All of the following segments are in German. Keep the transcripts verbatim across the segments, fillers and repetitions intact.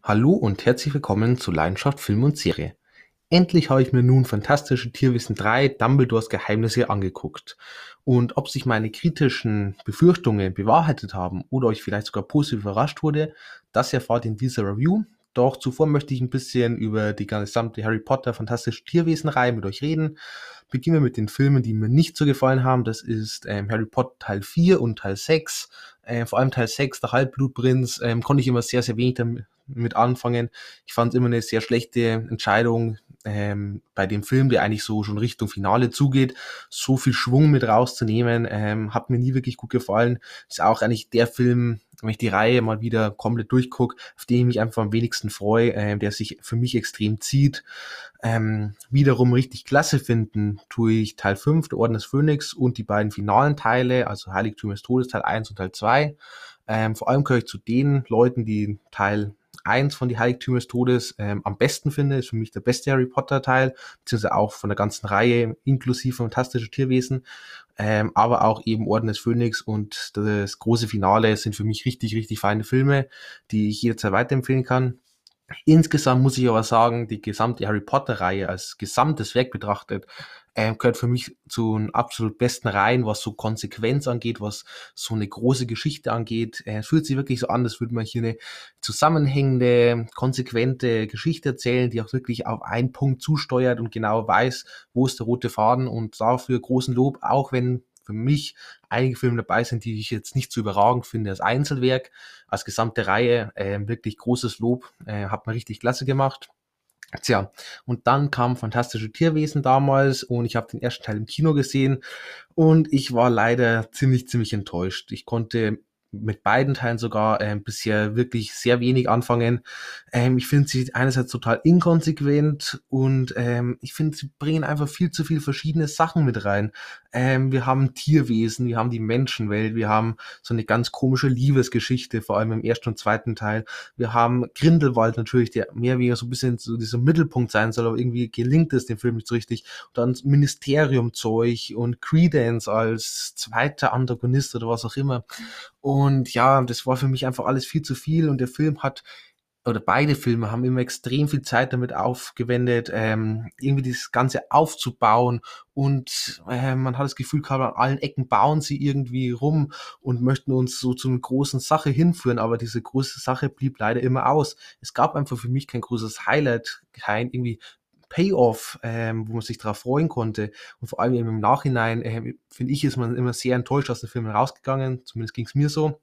Hallo und herzlich willkommen zu Leidenschaft Film und Serie. Endlich habe ich mir nun Fantastische Tierwesen drei Dumbledores Geheimnisse angeguckt. Und ob sich meine kritischen Befürchtungen bewahrheitet haben oder euch vielleicht sogar positiv überrascht wurde, das erfahrt ihr in dieser Review. Doch zuvor möchte ich ein bisschen über die gesamte Harry Potter Fantastische Tierwesen Reihe mit euch reden. Beginnen wir mit den Filmen, die mir nicht so gefallen haben. Das ist ähm, Harry Potter Teil vier und Teil sechs. Äh, vor allem Teil sechs, der Halbblutprinz, ähm, konnte ich immer sehr, sehr wenig damit mit anfangen. Ich fand es immer eine sehr schlechte Entscheidung, ähm, bei dem Film, der eigentlich so schon Richtung Finale zugeht, so viel Schwung mit rauszunehmen. Ähm, hat mir nie wirklich gut gefallen. Ist auch eigentlich der Film, wenn ich die Reihe mal wieder komplett durchgucke, auf den ich mich einfach am wenigsten freue, äh, der sich für mich extrem zieht. Ähm, wiederum richtig klasse finden tue ich Teil fünf, der Orden des Phönix, und die beiden finalen Teile, also Heiligtum des Todes, Teil eins und Teil zwei. Ähm, vor allem gehöre ich zu den Leuten, die Teil eins von die Heiligtümer des Todes ähm, am besten finde. Ist für mich der beste Harry Potter Teil, beziehungsweise auch von der ganzen Reihe, inklusive Fantastische Tierwesen. Ähm, aber auch eben Orden des Phönix und das große Finale sind für mich richtig, richtig feine Filme, die ich jederzeit weiterempfehlen kann. Insgesamt muss ich aber sagen, die gesamte Harry Potter-Reihe als gesamtes Werk betrachtet, ähm, gehört für mich zu den absolut besten Reihen, was so Konsequenz angeht, was so eine große Geschichte angeht. Äh, es fühlt sich wirklich so an, als würde man hier eine zusammenhängende, konsequente Geschichte erzählen, die auch wirklich auf einen Punkt zusteuert und genau weiß, wo ist der rote Faden, und dafür großen Lob, auch wenn für mich einige Filme dabei sind, die ich jetzt nicht so überragend finde als Einzelwerk. Als gesamte Reihe äh, wirklich großes Lob, äh, hat man richtig klasse gemacht. Tja, und dann kam Fantastische Tierwesen damals und ich habe den ersten Teil im Kino gesehen und ich war leider ziemlich, ziemlich enttäuscht. Ich konnte mit beiden Teilen sogar ähm, bisher wirklich sehr wenig anfangen. Ähm, ich finde sie einerseits total inkonsequent und ähm, ich finde, sie bringen einfach viel zu viel verschiedene Sachen mit rein. Ähm, wir haben Tierwesen, wir haben die Menschenwelt, wir haben so eine ganz komische Liebesgeschichte, vor allem im ersten und zweiten Teil. Wir haben Grindelwald natürlich, der mehr oder weniger so ein bisschen so dieser Mittelpunkt sein soll, aber irgendwie gelingt es dem Film nicht so richtig. Und dann Ministerium-Zeug und Credence als zweiter Antagonist oder was auch immer. Und ja, das war für mich einfach alles viel zu viel, und der Film hat, oder beide Filme haben immer extrem viel Zeit damit aufgewendet, ähm, irgendwie dieses Ganze aufzubauen, und äh, man hat das Gefühl gehabt, an allen Ecken bauen sie irgendwie rum und möchten uns so zu einer großen Sache hinführen, aber diese große Sache blieb leider immer aus. Es gab einfach für mich kein großes Highlight, kein irgendwie Payoff, ähm, wo man sich darauf freuen konnte. Und vor allem eben im Nachhinein, ähm, finde ich, ist man immer sehr enttäuscht aus dem Film rausgegangen. Zumindest ging es mir so.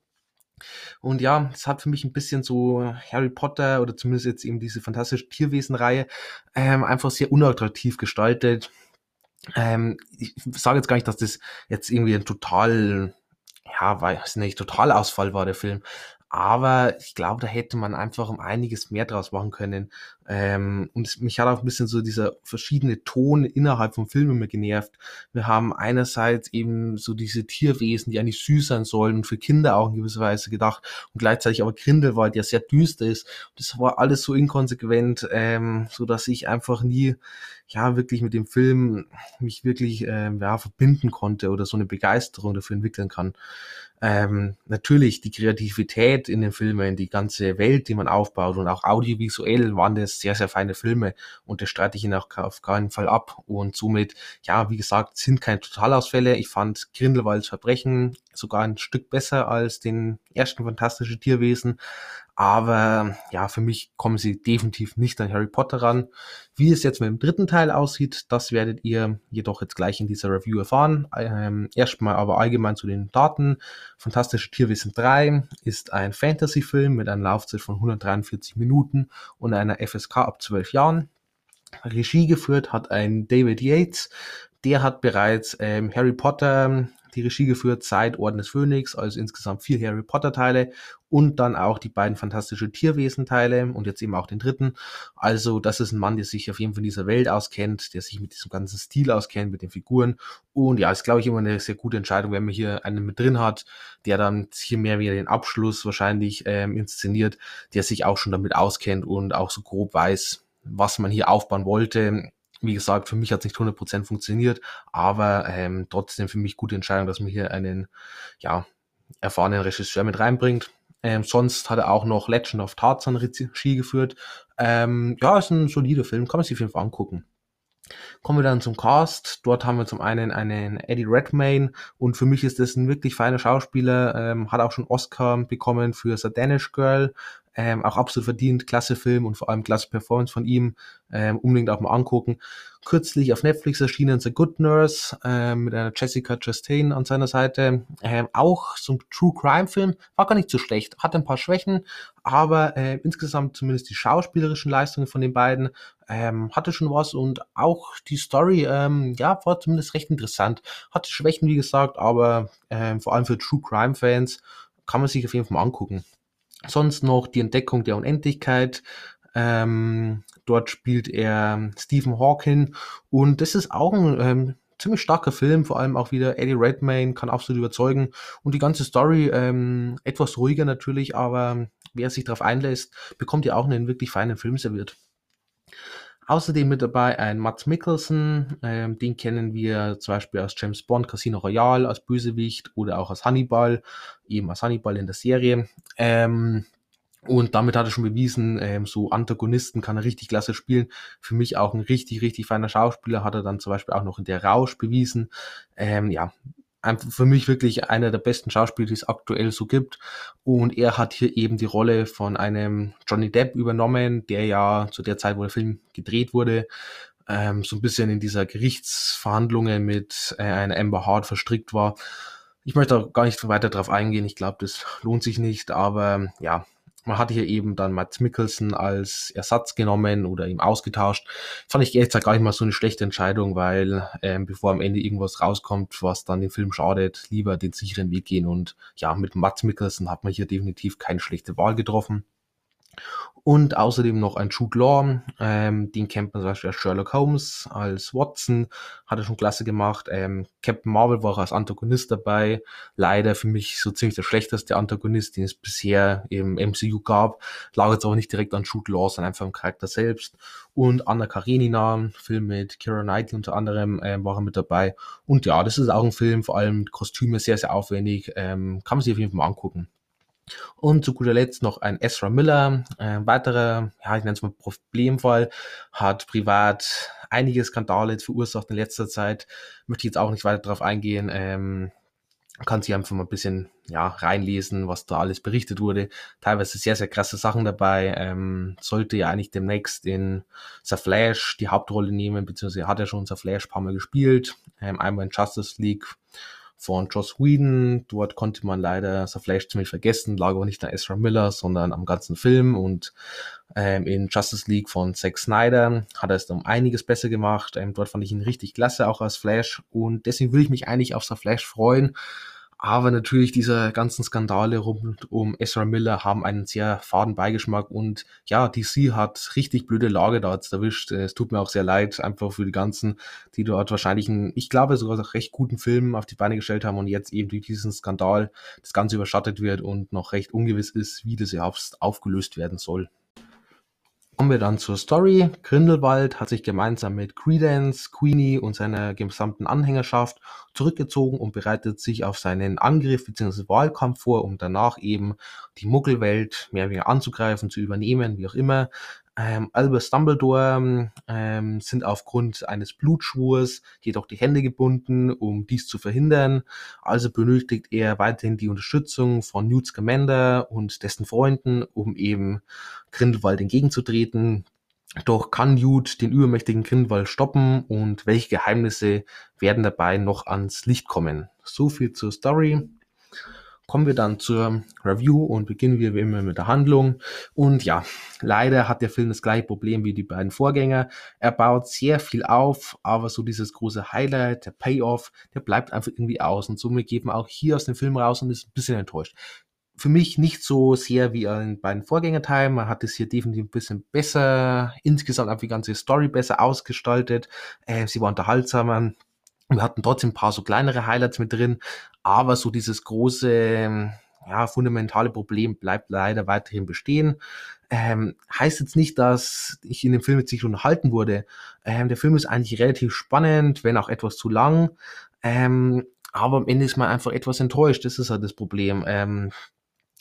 Und ja, es hat für mich ein bisschen so Harry Potter oder zumindest jetzt eben diese fantastische Tierwesen-Reihe ähm, einfach sehr unattraktiv gestaltet. Ähm, ich sage jetzt gar nicht, dass das jetzt irgendwie ein total, ja, weiß nicht, Totalausfall war, der Film. Aber ich glaube, da hätte man einfach um einiges mehr draus machen können. Ähm, und es, mich hat auch ein bisschen so dieser verschiedene Ton innerhalb vom Film immer genervt. Wir haben einerseits eben so diese Tierwesen, die eigentlich süß sein sollen und für Kinder auch in gewisser Weise gedacht, und gleichzeitig aber Grindelwald, der sehr düster ist. Das war alles so inkonsequent, ähm, so dass ich einfach nie, ja, wirklich mit dem Film mich wirklich ähm, ja, verbinden konnte oder so eine Begeisterung dafür entwickeln kann. Ähm, natürlich die Kreativität in den Filmen, die ganze Welt, die man aufbaut, und auch audiovisuell waren das sehr, sehr feine Filme, und das streite ich ihnen auch auf keinen Fall ab, und somit, ja, wie gesagt, sind keine Totalausfälle. Ich fand Grindelwalds Verbrechen sogar ein Stück besser als den ersten Fantastische Tierwesen, aber ja, für mich kommen sie definitiv nicht an Harry Potter ran. Wie es jetzt mit dem dritten Teil aussieht, das werdet ihr jedoch jetzt gleich in dieser Review erfahren. Ähm, erstmal aber allgemein zu den Daten. Fantastische Tierwesen drei ist ein Fantasy-Film mit einer Laufzeit von hundertdreiundvierzig Minuten und einer F S K ab zwölf Jahren. Regie geführt hat ein David Yates. Der hat bereits ähm, Harry Potter die Regie geführt seit Orden des Phönix, also insgesamt vier Harry Potter Teile und dann auch die beiden Fantastische Tierwesen Teile und jetzt eben auch den dritten. Also das ist ein Mann, der sich auf jeden Fall in dieser Welt auskennt, der sich mit diesem ganzen Stil auskennt, mit den Figuren, und ja, ist glaube ich immer eine sehr gute Entscheidung, wenn man hier einen mit drin hat, der dann hier mehr wieder den Abschluss wahrscheinlich ähm, inszeniert, der sich auch schon damit auskennt und auch so grob weiß, was man hier aufbauen wollte. Wie gesagt, für mich hat es nicht hundert Prozent funktioniert, aber ähm, trotzdem für mich gute Entscheidung, dass man hier einen, ja, erfahrenen Regisseur mit reinbringt. Ähm, sonst hat er auch noch Legend of Tarzan Regie geführt. Ähm, ja, ist ein solider Film, kann man sich auf jeden Fall angucken. Kommen wir dann zum Cast. Dort haben wir zum einen einen Eddie Redmayne und für mich ist das ein wirklich feiner Schauspieler, ähm, hat auch schon Oscar bekommen für The Danish Girl, ähm, auch absolut verdient, klasse Film und vor allem klasse Performance von ihm, ähm, unbedingt auch mal angucken. Kürzlich auf Netflix erschienen The Good Nurse, ähm, mit einer Jessica Chastain an seiner Seite, ähm, auch so ein True Crime Film, war gar nicht so schlecht, hat ein paar Schwächen, aber äh, insgesamt zumindest die schauspielerischen Leistungen von den beiden ähm, hatte schon was und auch die Story, ähm, ja, war zumindest recht interessant. Hatte Schwächen, wie gesagt, aber ähm, vor allem für True Crime Fans kann man sich auf jeden Fall mal angucken. Sonst noch die Entdeckung der Unendlichkeit. Ähm, dort spielt er Stephen Hawking und das ist auch ein ähm, ziemlich starker Film, vor allem auch wieder Eddie Redmayne kann absolut überzeugen und die ganze Story ähm, etwas ruhiger natürlich, aber wer sich darauf einlässt, bekommt ja auch einen wirklich feinen Film serviert. Außerdem mit dabei ein Mads Mikkelsen, ähm, den kennen wir zum Beispiel aus James Bond, Casino Royale als Bösewicht oder auch als Hannibal, eben als Hannibal in der Serie. Ähm, und damit hat er schon bewiesen, ähm, so Antagonisten kann er richtig klasse spielen. Für mich auch ein richtig, richtig feiner Schauspieler, hat er dann zum Beispiel auch noch in der Rausch bewiesen. Ähm, ja, einfach für mich wirklich einer der besten Schauspieler, die es aktuell so gibt. Und er hat hier eben die Rolle von einem Johnny Depp übernommen, der ja zu der Zeit, wo der Film gedreht wurde, ähm, so ein bisschen in dieser Gerichtsverhandlungen mit äh, einer Amber Heard verstrickt war. Ich möchte auch gar nicht weiter darauf eingehen. Ich glaube, das lohnt sich nicht. Aber ja, man hat hier eben dann Mads Mikkelsen als Ersatz genommen oder ihm ausgetauscht. Fand ich ehrlich gesagt gar nicht mal so eine schlechte Entscheidung, weil ähm, bevor am Ende irgendwas rauskommt, was dann den Film schadet, lieber den sicheren Weg gehen. Und ja, mit Mads Mikkelsen hat man hier definitiv keine schlechte Wahl getroffen. Und außerdem noch ein Jude Law, ähm, den kennt man zum Beispiel als Sherlock Holmes, als Watson, hat er schon klasse gemacht. Ähm, Captain Marvel war auch als Antagonist dabei. Leider für mich so ziemlich der schlechteste Antagonist, den es bisher im M C U gab. Lag jetzt aber nicht direkt an Jude Law, sondern einfach am Charakter selbst. Und Anna Karenina, Film mit Keira Knightley unter anderem, ähm, war er mit dabei. Und ja, das ist auch ein Film, vor allem Kostüme sehr, sehr aufwendig. Ähm, kann man sich auf jeden Fall mal angucken. Und zu guter Letzt noch ein Ezra Miller, ein weiterer, ja, ich nenne es mal Problemfall, hat privat einige Skandale jetzt verursacht in letzter Zeit. Möchte ich jetzt auch nicht weiter darauf eingehen. Ähm, kann sich einfach mal ein bisschen ja, reinlesen, was da alles berichtet wurde. Teilweise sehr, sehr krasse Sachen dabei. Ähm, sollte ja eigentlich demnächst in The Flash die Hauptrolle nehmen, beziehungsweise hat er schon The Flash ein paar Mal gespielt. Ähm, einmal in Justice League von Joss Whedon. Dort konnte man leider The Flash ziemlich vergessen, lag aber nicht an Ezra Miller, sondern am ganzen Film. Und ähm, in Justice League von Zack Snyder hat er es um einiges besser gemacht. Ähm, dort fand ich ihn richtig klasse, auch als Flash. Und deswegen würde ich mich eigentlich auf The Flash freuen. Aber natürlich diese ganzen Skandale rund um Ezra Miller haben einen sehr faden Beigeschmack und ja, D C hat richtig blöde Lage da jetzt erwischt. Es tut mir auch sehr leid, einfach für die ganzen, die dort wahrscheinlich einen, ich glaube sogar noch recht guten Film auf die Beine gestellt haben und jetzt eben durch diesen Skandal das Ganze überschattet wird und noch recht ungewiss ist, wie das überhaupt aufgelöst werden soll. Kommen wir dann zur Story. Grindelwald hat sich gemeinsam mit Credence, Queenie und seiner gesamten Anhängerschaft zurückgezogen und bereitet sich auf seinen Angriff bzw. Wahlkampf vor, um danach eben die Muggelwelt mehr oder weniger anzugreifen, zu übernehmen, wie auch immer. Ähm, Albus Dumbledore ähm, sind aufgrund eines Blutschwurs jedoch die Hände gebunden, um dies zu verhindern. Also benötigt er weiterhin die Unterstützung von Newt Scamander und dessen Freunden, um eben Grindelwald entgegenzutreten. Doch kann Newt den übermächtigen Grindelwald stoppen und welche Geheimnisse werden dabei noch ans Licht kommen? So viel zur Story. Kommen wir dann zur Review und beginnen wir wie immer mit der Handlung. Und ja, leider hat der Film das gleiche Problem wie die beiden Vorgänger. Er baut sehr viel auf, aber so dieses große Highlight, der Payoff, der bleibt einfach irgendwie aus. Und somit geht man auch hier aus dem Film raus und ist ein bisschen enttäuscht. Für mich nicht so sehr wie in beiden Vorgängerteilen. Man hat es hier definitiv ein bisschen besser, insgesamt einfach die ganze Story besser ausgestaltet. Äh, sie war unterhaltsamer. Wir hatten trotzdem ein paar so kleinere Highlights mit drin, aber so dieses große, ja, fundamentale Problem bleibt leider weiterhin bestehen. Ähm, heißt jetzt nicht, dass ich in dem Film jetzt nicht unterhalten wurde. Ähm, der Film ist eigentlich relativ spannend, wenn auch etwas zu lang. Ähm, aber am Ende ist man einfach etwas enttäuscht. Das ist halt das Problem. Ähm,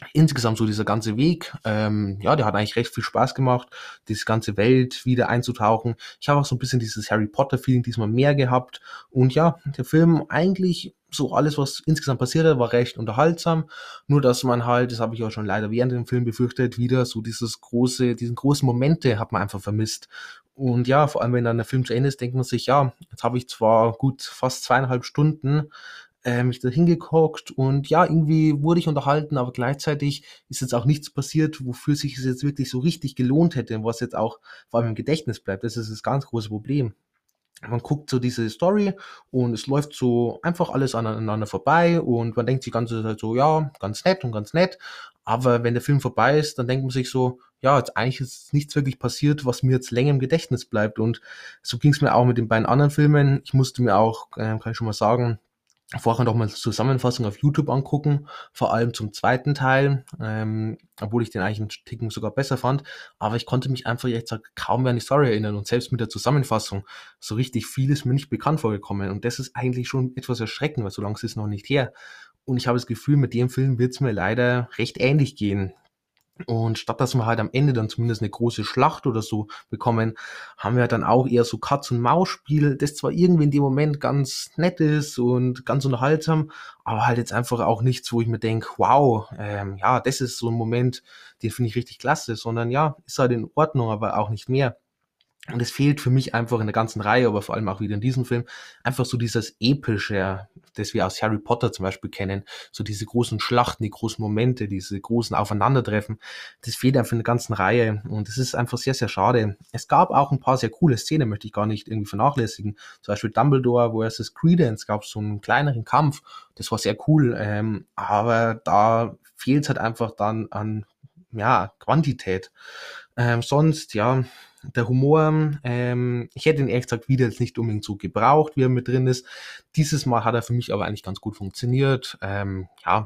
insgesamt so dieser ganze Weg, ähm, ja, der hat eigentlich recht viel Spaß gemacht, diese ganze Welt wieder einzutauchen. Ich habe auch so ein bisschen dieses Harry Potter-Feeling diesmal mehr gehabt. Und ja, der Film eigentlich so alles, was insgesamt passiert hat, war recht unterhaltsam. Nur dass man halt, das habe ich auch schon leider während dem Film befürchtet, wieder so dieses große, diesen großen Momente hat man einfach vermisst. Und ja, vor allem wenn dann der Film zu Ende ist, denkt man sich, ja, jetzt habe ich zwar gut fast zweieinhalb Stunden äh, mich da hingehockt und ja, irgendwie wurde ich unterhalten, aber gleichzeitig ist jetzt auch nichts passiert, wofür sich es jetzt wirklich so richtig gelohnt hätte und was jetzt auch vor allem im Gedächtnis bleibt. Das ist das ganz große Problem. Man guckt so diese Story und es läuft so einfach alles aneinander vorbei und man denkt die ganze Zeit so, ja, ganz nett und ganz nett. Aber wenn der Film vorbei ist, dann denkt man sich so, ja, jetzt eigentlich ist nichts wirklich passiert, was mir jetzt länger im Gedächtnis bleibt. Und so ging es mir auch mit den beiden anderen Filmen. Ich musste mir auch, äh, kann ich schon mal sagen, vorher noch mal Zusammenfassung auf YouTube angucken, vor allem zum zweiten Teil, ähm, obwohl ich den eigentlich einen Ticken sogar besser fand. Aber ich konnte mich einfach jetzt kaum mehr an die Story erinnern und selbst mit der Zusammenfassung so richtig viel ist mir nicht bekannt vorgekommen. Und das ist eigentlich schon etwas erschreckend, weil so lange ist es noch nicht her. Und ich habe das Gefühl, mit dem Film wird es mir leider recht ähnlich gehen. Und statt dass wir halt am Ende dann zumindest eine große Schlacht oder so bekommen, haben wir dann auch eher so Katz-und-Maus-Spiel, das zwar irgendwie in dem Moment ganz nett ist und ganz unterhaltsam, aber halt jetzt einfach auch nichts, wo ich mir denke, wow, ähm, ja, das ist so ein Moment, den finde ich richtig klasse, sondern ja, ist halt in Ordnung, aber auch nicht mehr. Und es fehlt für mich einfach in der ganzen Reihe, aber vor allem auch wieder in diesem Film, einfach so dieses Epische, das wir aus Harry Potter zum Beispiel kennen. So diese großen Schlachten, die großen Momente, diese großen Aufeinandertreffen. Das fehlt einfach in der ganzen Reihe. Und das ist einfach sehr, sehr schade. Es gab auch ein paar sehr coole Szenen, möchte ich gar nicht irgendwie vernachlässigen. Zum Beispiel Dumbledore versus Credence gab es so einen kleineren Kampf. Das war sehr cool. Ähm, aber da fehlt es halt einfach dann an, ja, Quantität. Ähm, sonst, ja, der Humor, ähm, ich hätte ihn ehrlich gesagt wieder jetzt nicht unbedingt so gebraucht, wie er mit drin ist. Dieses Mal hat er für mich aber eigentlich ganz gut funktioniert. Ähm, ja,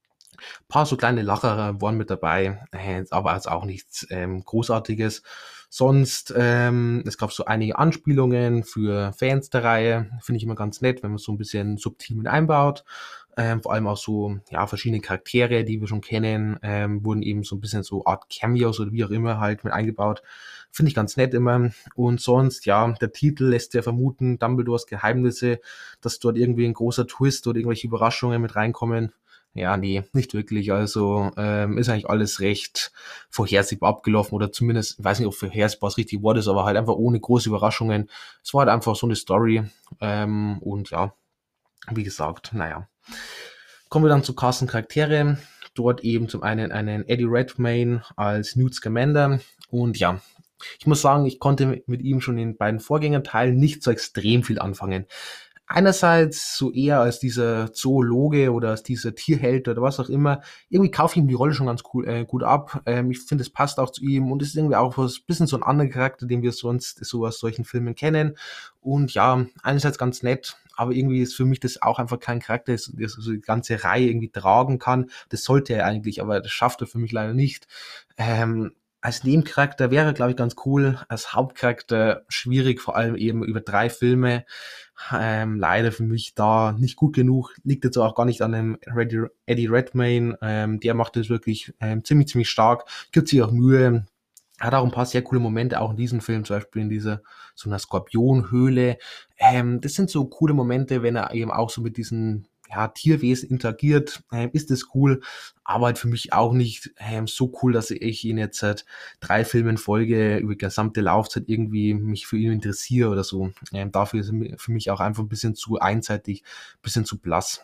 ein paar so kleine Lacher waren mit dabei, äh, aber jetzt auch nichts ähm, Großartiges. Sonst, ähm, es gab so einige Anspielungen für Fans der Reihe. Finde ich immer ganz nett, wenn man so ein bisschen subtil mit einbaut. Ähm, vor allem auch so, ja, verschiedene Charaktere, die wir schon kennen, ähm, wurden eben so ein bisschen so Art Cameos oder wie auch immer halt mit eingebaut. Finde ich ganz nett immer. Und sonst, ja, der Titel lässt ja vermuten, Dumbledores Geheimnisse, dass dort irgendwie ein großer Twist oder irgendwelche Überraschungen mit reinkommen. Ja, nee, nicht wirklich. Also ähm, ist eigentlich alles recht vorhersehbar abgelaufen oder zumindest, ich weiß nicht, ob vorhersehbar das richtige Wort ist, aber halt einfach ohne große Überraschungen. Es war halt einfach so eine Story. Ähm, und ja, wie gesagt, naja. Kommen wir dann zu Carsten Charaktere. Dort eben zum einen einen Eddie Redmayne als Newt Scamander. Und ja, ich muss sagen, ich konnte mit ihm schon in beiden Vorgängerteilen nicht so extrem viel anfangen. Einerseits so eher als dieser Zoologe oder als dieser Tierheld oder was auch immer. Irgendwie kaufe ich ihm die Rolle schon ganz cool, äh, gut ab. Ähm, ich finde, es passt auch zu ihm und es ist irgendwie auch was bisschen so ein anderer Charakter, den wir sonst so aus solchen Filmen kennen. Und ja, einerseits ganz nett, aber irgendwie ist für mich das auch einfach kein Charakter, der so so die ganze Reihe irgendwie tragen kann. Das sollte er eigentlich, aber das schafft er für mich leider nicht. Ähm, als Nebencharakter wäre, glaube ich, ganz cool. Als Hauptcharakter schwierig, vor allem eben über drei Filme. Ähm, leider für mich da nicht gut genug. Liegt jetzt auch gar nicht an dem Reddy- Eddie Redmayne. Ähm, der macht das wirklich ähm, ziemlich, ziemlich stark. Gibt sich auch Mühe. Hat auch ein paar sehr coole Momente, auch in diesem Film, zum Beispiel in dieser so einer Skorpionhöhle. Ähm, das sind so coole Momente, wenn er eben auch so mit diesen ja, Tierwesen interagiert, ähm, ist das cool, aber halt für mich auch nicht ähm, so cool, dass ich ihn jetzt seit drei Filmen Folge über die gesamte Laufzeit irgendwie mich für ihn interessiere oder so. Ähm, dafür ist er für mich auch einfach ein bisschen zu einseitig, ein bisschen zu blass.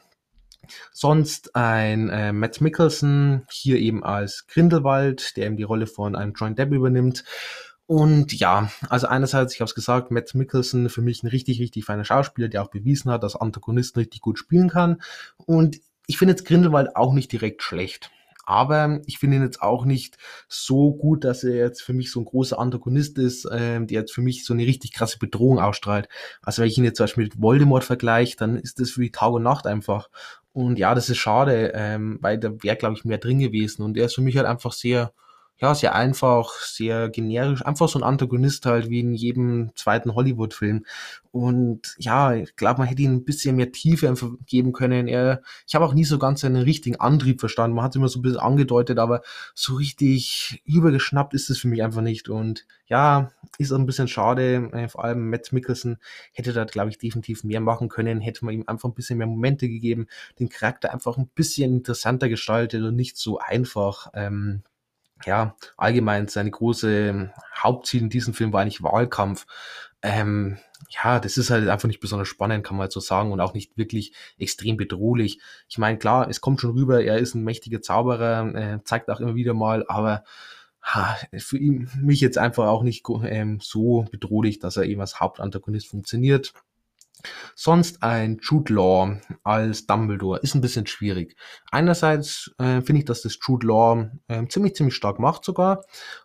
Sonst ein äh, Matt Mikkelsen, hier eben als Grindelwald, der eben die Rolle von einem Johnny Depp übernimmt. Und ja, also einerseits, ich habe es gesagt, Matt Mikkelsen für mich ein richtig, richtig feiner Schauspieler, der auch bewiesen hat, dass Antagonisten richtig gut spielen kann. Und ich finde jetzt Grindelwald auch nicht direkt schlecht. Aber ich finde ihn jetzt auch nicht so gut, dass er jetzt für mich so ein großer Antagonist ist, ähm, der jetzt für mich so eine richtig krasse Bedrohung ausstrahlt. Also wenn ich ihn jetzt zum Beispiel mit Voldemort vergleiche, dann ist das wie Tag und Nacht einfach. Und ja, das ist schade, ähm, weil da wäre, glaube ich, mehr drin gewesen. Und er ist für mich halt einfach sehr, ja, sehr einfach, sehr generisch, einfach so ein Antagonist halt wie in jedem zweiten Hollywood-Film. Und ja, ich glaube, man hätte ihm ein bisschen mehr Tiefe einfach geben können. Er, ich habe auch nie so ganz seinen richtigen Antrieb verstanden. Man hat es immer so ein bisschen angedeutet, aber so richtig übergeschnappt ist es für mich einfach nicht. Und ja, ist auch ein bisschen schade. Äh, vor allem Matt Mikkelsen hätte da, glaube ich, definitiv mehr machen können. Hätte man ihm einfach ein bisschen mehr Momente gegeben, den Charakter einfach ein bisschen interessanter gestaltet und nicht so einfach. Ähm, ja, allgemein seine große ähm, Hauptziel in diesem Film war eigentlich Wahlkampf. Ähm, ja, das ist halt einfach nicht besonders spannend, kann man halt so sagen, und auch nicht wirklich extrem bedrohlich. Ich meine, klar, es kommt schon rüber, er ist ein mächtiger Zauberer, äh, zeigt auch immer wieder mal, aber ha, für ihn, mich jetzt einfach auch nicht ähm, so bedrohlich, dass er eben als Hauptantagonist funktioniert. Sonst ein Jude Law als Dumbledore ist ein bisschen schwierig. Einerseits äh, finde ich, dass das Jude Law äh, ziemlich, ziemlich stark macht sogar.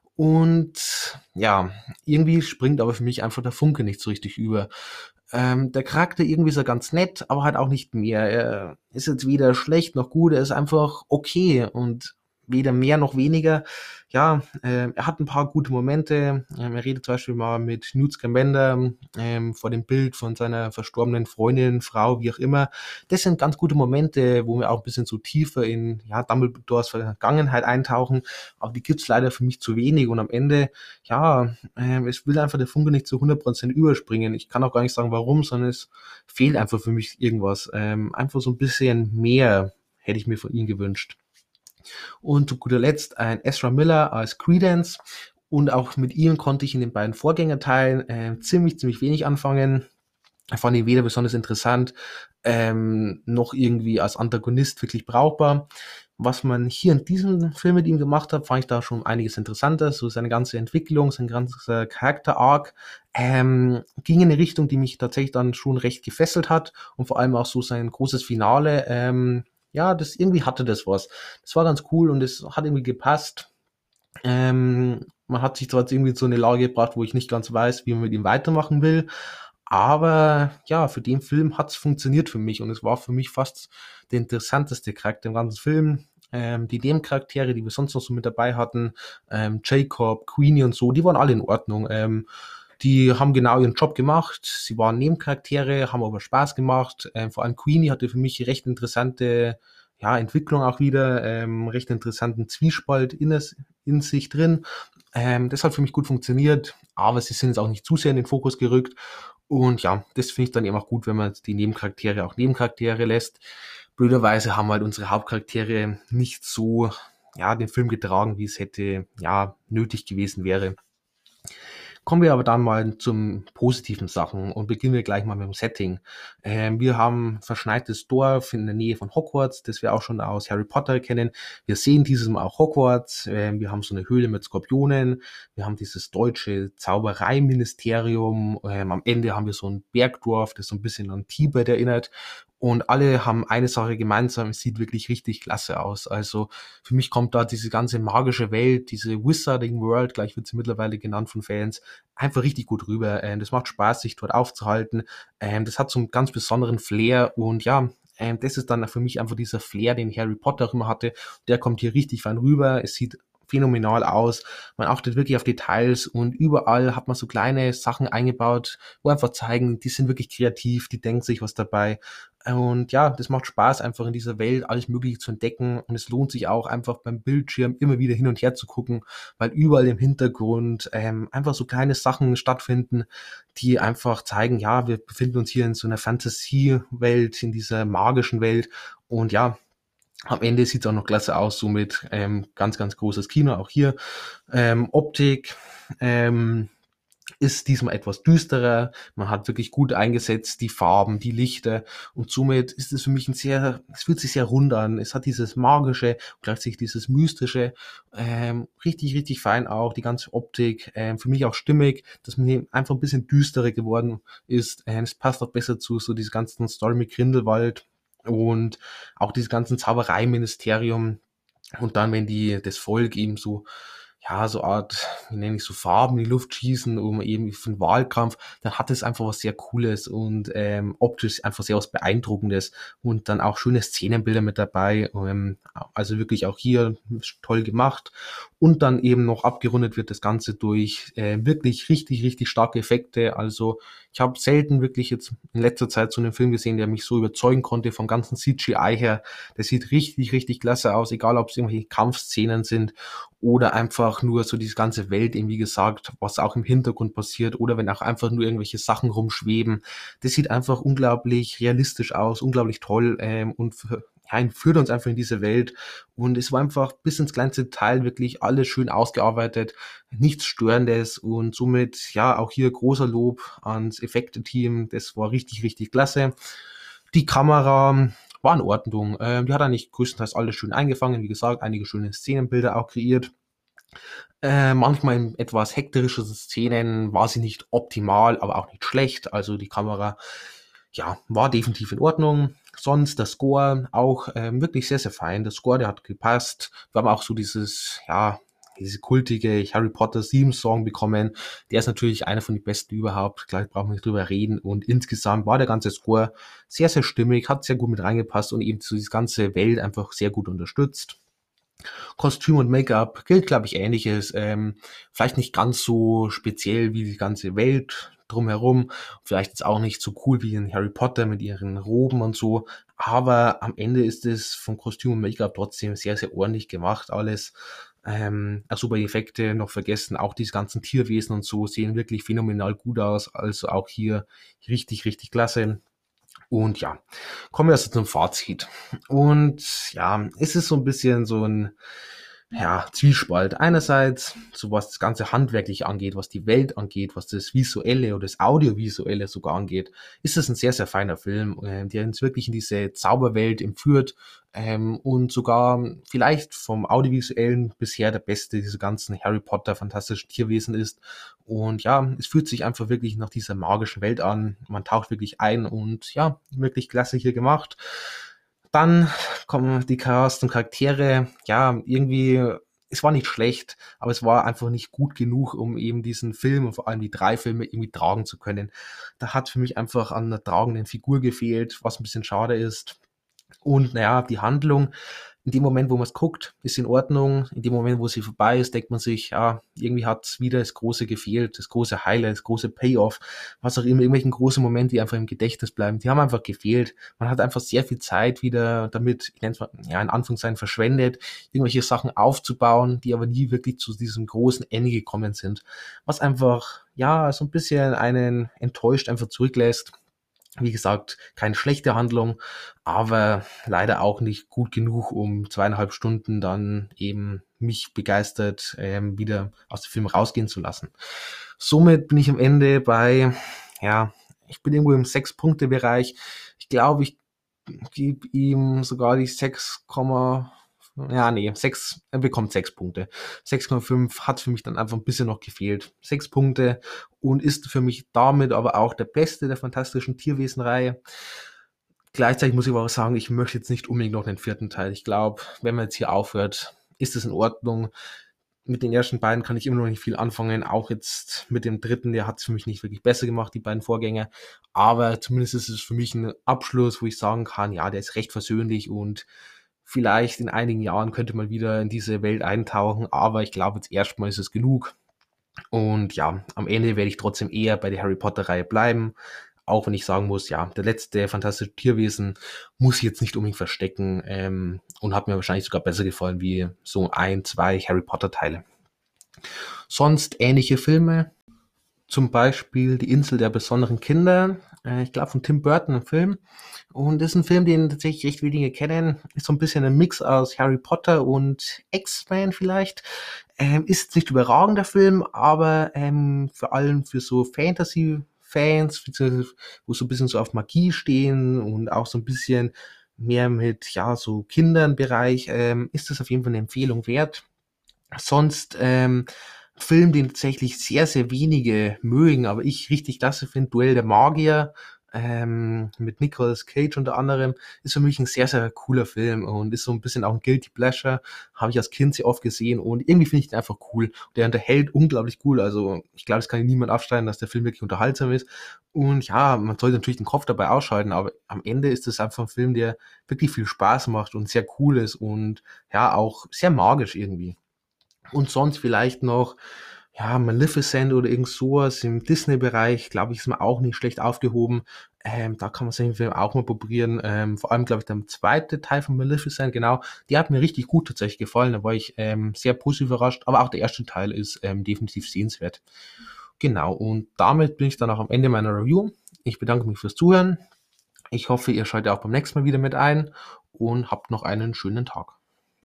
Und ja, irgendwie springt aber für mich einfach der Funke nicht so richtig über. Ähm, der Charakter irgendwie ist er ganz nett, aber halt auch nicht mehr. Er ist jetzt weder schlecht noch gut, er ist einfach okay und weder mehr noch weniger. Ja, äh, er hat ein paar gute Momente. Ähm, er redet zum Beispiel mal mit Newt Scamander ähm, vor dem Bild von seiner verstorbenen Freundin, Frau, wie auch immer. Das sind ganz gute Momente, wo wir auch ein bisschen so tiefer in ja, Dumbledores Vergangenheit eintauchen. Aber die gibt's leider für mich zu wenig. Und am Ende, ja, ähm, es will einfach der Funke nicht zu hundert Prozent überspringen. Ich kann auch gar nicht sagen, warum, sondern es fehlt einfach für mich irgendwas. Ähm, einfach so ein bisschen mehr hätte ich mir von ihm gewünscht. Und zu guter Letzt ein Ezra Miller als Credence. Und auch mit ihm konnte ich in den beiden Vorgängerteilen äh, ziemlich, ziemlich wenig anfangen. Ich fand ihn weder besonders interessant, ähm, noch irgendwie als Antagonist wirklich brauchbar. Was man hier in diesem Film mit ihm gemacht hat, fand ich da schon einiges interessanter. So seine ganze Entwicklung, sein ganzer Charakter-Arc ähm, ging in eine Richtung, die mich tatsächlich dann schon recht gefesselt hat. Und vor allem auch so sein großes Finale. Ähm, ja, das irgendwie hatte das was. Das war ganz cool und es hat irgendwie gepasst. Ähm, man hat sich zwar jetzt irgendwie in so eine Lage gebracht, wo ich nicht ganz weiß, wie man mit ihm weitermachen will. Aber ja, für den Film hat's funktioniert für mich und es war für mich fast der interessanteste Charakter im ganzen Film. Ähm, die Nebencharaktere, die wir sonst noch so mit dabei hatten, ähm, Jacob, Queenie und so, die waren alle in Ordnung. Ähm, die haben genau ihren Job gemacht. Sie waren Nebencharaktere, haben aber Spaß gemacht. Ähm, vor allem Queenie hatte für mich recht interessante ja, Entwicklung auch wieder, ähm, recht interessanten Zwiespalt in, es, in sich drin. Ähm, das hat für mich gut funktioniert, aber sie sind jetzt auch nicht zu sehr in den Fokus gerückt. Und ja, das finde ich dann eben auch gut, wenn man die Nebencharaktere auch Nebencharaktere lässt. Blöderweise haben halt unsere Hauptcharaktere nicht so, ja, den Film getragen, wie es hätte, ja, nötig gewesen wäre. Kommen wir aber dann mal zum positiven Sachen und beginnen wir gleich mal mit dem Setting. Ähm, wir haben verschneites Dorf in der Nähe von Hogwarts, das wir auch schon aus Harry Potter kennen. Wir sehen dieses Mal auch Hogwarts. Ähm, wir haben so eine Höhle mit Skorpionen. Wir haben dieses deutsche Zaubereiministerium. Ähm, am Ende haben wir so ein Bergdorf, das so ein bisschen an Tibet erinnert. Und alle haben eine Sache gemeinsam, es sieht wirklich richtig klasse aus. Also für mich kommt da diese ganze magische Welt, diese Wizarding World, gleich wird sie mittlerweile genannt von Fans, einfach richtig gut rüber. Ähm, das macht Spaß, sich dort aufzuhalten. Ähm, das hat so einen ganz besonderen Flair und ja, ähm, das ist dann für mich einfach dieser Flair, den Harry Potter auch immer hatte. Der kommt hier richtig fein rüber. Es sieht phänomenal aus. Man achtet wirklich auf Details und überall hat man so kleine Sachen eingebaut, wo einfach zeigen, die sind wirklich kreativ, die denken sich was dabei. Und ja, das macht Spaß, einfach in dieser Welt alles Mögliche zu entdecken. Und es lohnt sich auch einfach beim Bildschirm immer wieder hin und her zu gucken, weil überall im Hintergrund ähm, einfach so kleine Sachen stattfinden, die einfach zeigen, ja, wir befinden uns hier in so einer Fantasiewelt, in dieser magischen Welt. Und ja, am Ende sieht es auch noch klasse aus, somit ähm, ganz, ganz großes Kino auch hier. Ähm, Optik, ähm, ist diesmal etwas düsterer. Man hat wirklich gut eingesetzt, die Farben, die Lichter und somit ist es für mich ein sehr, es fühlt sich sehr rund an. Es hat dieses magische, gleichzeitig dieses mystische, ähm, richtig, richtig fein auch, die ganze Optik, ähm, für mich auch stimmig, dass mir einfach ein bisschen düsterer geworden ist. Ähm, es passt auch besser zu so diesem ganzen Story mit Grindelwald und auch dieses ganzen Zaubereiministerium und dann, wenn die, das Volk eben so ja, so Art, wie nenne ich so Farben in die Luft schießen, um eben für 'n Wahlkampf, dann hat es einfach was sehr Cooles und, ähm, optisch einfach sehr was Beeindruckendes und dann auch schöne Szenenbilder mit dabei. Ähm, also wirklich auch hier toll gemacht und dann eben noch abgerundet wird das Ganze durch, äh, wirklich richtig, richtig starke Effekte. Also, ich habe selten wirklich jetzt in letzter Zeit so einen Film gesehen, der mich so überzeugen konnte vom ganzen C G I her. Das sieht richtig, richtig klasse aus, egal ob's irgendwelche Kampfszenen sind oder einfach nur so diese ganze Welt eben, wie gesagt, was auch im Hintergrund passiert oder wenn auch einfach nur irgendwelche Sachen rumschweben. Das sieht einfach unglaublich realistisch aus, unglaublich toll, ähm, und f ja, entführt uns einfach in diese Welt. Und es war einfach bis ins kleinste Detail wirklich alles schön ausgearbeitet, nichts Störendes und somit, ja, auch hier großer Lob ans Effekte-Team. Das war richtig, richtig klasse. Die Kamera war in Ordnung. Ähm, die hat eigentlich größtenteils alles schön eingefangen. Wie gesagt, einige schöne Szenenbilder auch kreiert. Äh, manchmal in etwas hektische Szenen war sie nicht optimal, aber auch nicht schlecht. Also die Kamera, ja, war definitiv in Ordnung. Sonst der Score auch ähm, wirklich sehr, sehr fein. Der Score, der hat gepasst. Wir haben auch so dieses, ja, diese kultige Harry Potter Theme Song bekommen. Der ist natürlich einer von den besten überhaupt. Gleich brauchen wir nicht drüber reden. Und insgesamt war der ganze Score sehr, sehr stimmig, hat sehr gut mit reingepasst und eben so diese ganze Welt einfach sehr gut unterstützt. Kostüm und Make-up gilt, glaube ich, Ähnliches. Ähm, vielleicht nicht ganz so speziell wie die ganze Welt drumherum. Vielleicht jetzt auch nicht so cool wie in Harry Potter mit ihren Roben und so. Aber am Ende ist es von Kostüm und Make-up trotzdem sehr, sehr ordentlich gemacht alles. Ähm, ach, super Effekte noch vergessen. Auch diese ganzen Tierwesen und so sehen wirklich phänomenal gut aus. Also auch hier richtig, richtig klasse. Und ja, kommen wir also zum Fazit. Und ja, es ist so ein bisschen so ein ja, Zwiespalt. Einerseits, so was das ganze handwerklich angeht, was die Welt angeht, was das Visuelle oder das Audiovisuelle sogar angeht, ist es ein sehr, sehr feiner Film, äh, der uns wirklich in diese Zauberwelt entführt, ähm, und sogar vielleicht vom Audiovisuellen bisher der beste dieser ganzen Harry Potter fantastischen Tierwesen ist. Und ja, es fühlt sich einfach wirklich nach dieser magischen Welt an. Man taucht wirklich ein und ja, wirklich klasse hier gemacht. Dann kommen die Cast und Charaktere, ja, irgendwie, es war nicht schlecht, aber es war einfach nicht gut genug, um eben diesen Film und vor allem die drei Filme irgendwie tragen zu können. Da hat für mich einfach an 'ner tragenden Figur gefehlt, was ein bisschen schade ist. Und naja, die Handlung, in dem Moment, wo man es guckt, ist in Ordnung. In dem Moment, wo sie vorbei ist, denkt man sich, ja, irgendwie hat wieder das Große gefehlt, das große Highlight, das große Payoff, was auch immer, irgendwelchen großen Momente, die einfach im Gedächtnis bleiben, die haben einfach gefehlt. Man hat einfach sehr viel Zeit wieder damit, ich nenne es mal, ja, in Anführungszeichen verschwendet, irgendwelche Sachen aufzubauen, die aber nie wirklich zu diesem großen Ende gekommen sind. Was einfach, ja, so ein bisschen einen enttäuscht einfach zurücklässt. Wie gesagt, keine schlechte Handlung, aber leider auch nicht gut genug, um zweieinhalb Stunden dann eben mich begeistert ähm, wieder aus dem Film rausgehen zu lassen. Somit bin ich am Ende bei, ja, ich bin irgendwo im Sechs-Punkte-Bereich. Ich glaube, ich gebe ihm sogar die sechs, ja, nee, sechs, er bekommt sechs Punkte. sechs Komma fünf hat für mich dann einfach ein bisschen noch gefehlt. Sechs Punkte und ist für mich damit aber auch der Beste der fantastischen Tierwesen-Reihe. Gleichzeitig muss ich aber auch sagen, ich möchte jetzt nicht unbedingt noch den vierten Teil. Ich glaube, wenn man jetzt hier aufhört, ist es in Ordnung. Mit den ersten beiden kann ich immer noch nicht viel anfangen. Auch jetzt mit dem dritten, der hat es für mich nicht wirklich besser gemacht, die beiden Vorgänger. Aber zumindest ist es für mich ein Abschluss, wo ich sagen kann, ja, der ist recht versöhnlich und vielleicht in einigen Jahren könnte man wieder in diese Welt eintauchen. Aber ich glaube, jetzt erstmal ist es genug. Und ja, am Ende werde ich trotzdem eher bei der Harry Potter-Reihe bleiben. Auch wenn ich sagen muss, ja, der letzte Fantastische Tierwesen muss ich jetzt nicht unbedingt verstecken, ähm, und hat mir wahrscheinlich sogar besser gefallen wie so ein, zwei Harry Potter-Teile. Sonst ähnliche Filme, zum Beispiel Die Insel der besonderen Kinder. Äh, ich glaube von Tim Burton, ein Film. Und das ist ein Film, den tatsächlich recht wenige kennen. Ist so ein bisschen ein Mix aus Harry Potter und X-Men vielleicht. Ähm, ist nicht überragender Film, aber ähm, vor allem für so Fantasy-Fans, beziehungsweise wo so ein bisschen so auf Magie stehen und auch so ein bisschen mehr mit, ja, so Kindern-Bereich, ähm, ist das auf jeden Fall eine Empfehlung wert. Sonst ähm, Film, den tatsächlich sehr, sehr wenige mögen, aber ich richtig klasse finde, Duell der Magier. ähm, mit Nicolas Cage unter anderem, ist für mich ein sehr, sehr cooler Film und ist so ein bisschen auch ein Guilty Pleasure. Habe ich als Kind sehr oft gesehen und irgendwie finde ich den einfach cool. Der unterhält unglaublich cool. Also ich glaube, es kann niemand abstreiten, dass der Film wirklich unterhaltsam ist. Und ja, man sollte natürlich den Kopf dabei ausschalten, aber am Ende ist es einfach ein Film, der wirklich viel Spaß macht und sehr cool ist und ja, auch sehr magisch irgendwie. Und sonst vielleicht noch, ja, Maleficent oder irgend sowas im Disney-Bereich, glaube ich, ist man auch nicht schlecht aufgehoben. Ähm, da kann man den Film auch mal probieren. Ähm, vor allem, glaube ich, der zweite Teil von Maleficent, genau, der hat mir richtig gut tatsächlich gefallen. Da war ich ähm, sehr positiv überrascht. Aber auch der erste Teil ist ähm, definitiv sehenswert. Genau, und damit bin ich dann auch am Ende meiner Review. Ich bedanke mich fürs Zuhören. Ich hoffe, ihr schaltet auch beim nächsten Mal wieder mit ein und habt noch einen schönen Tag.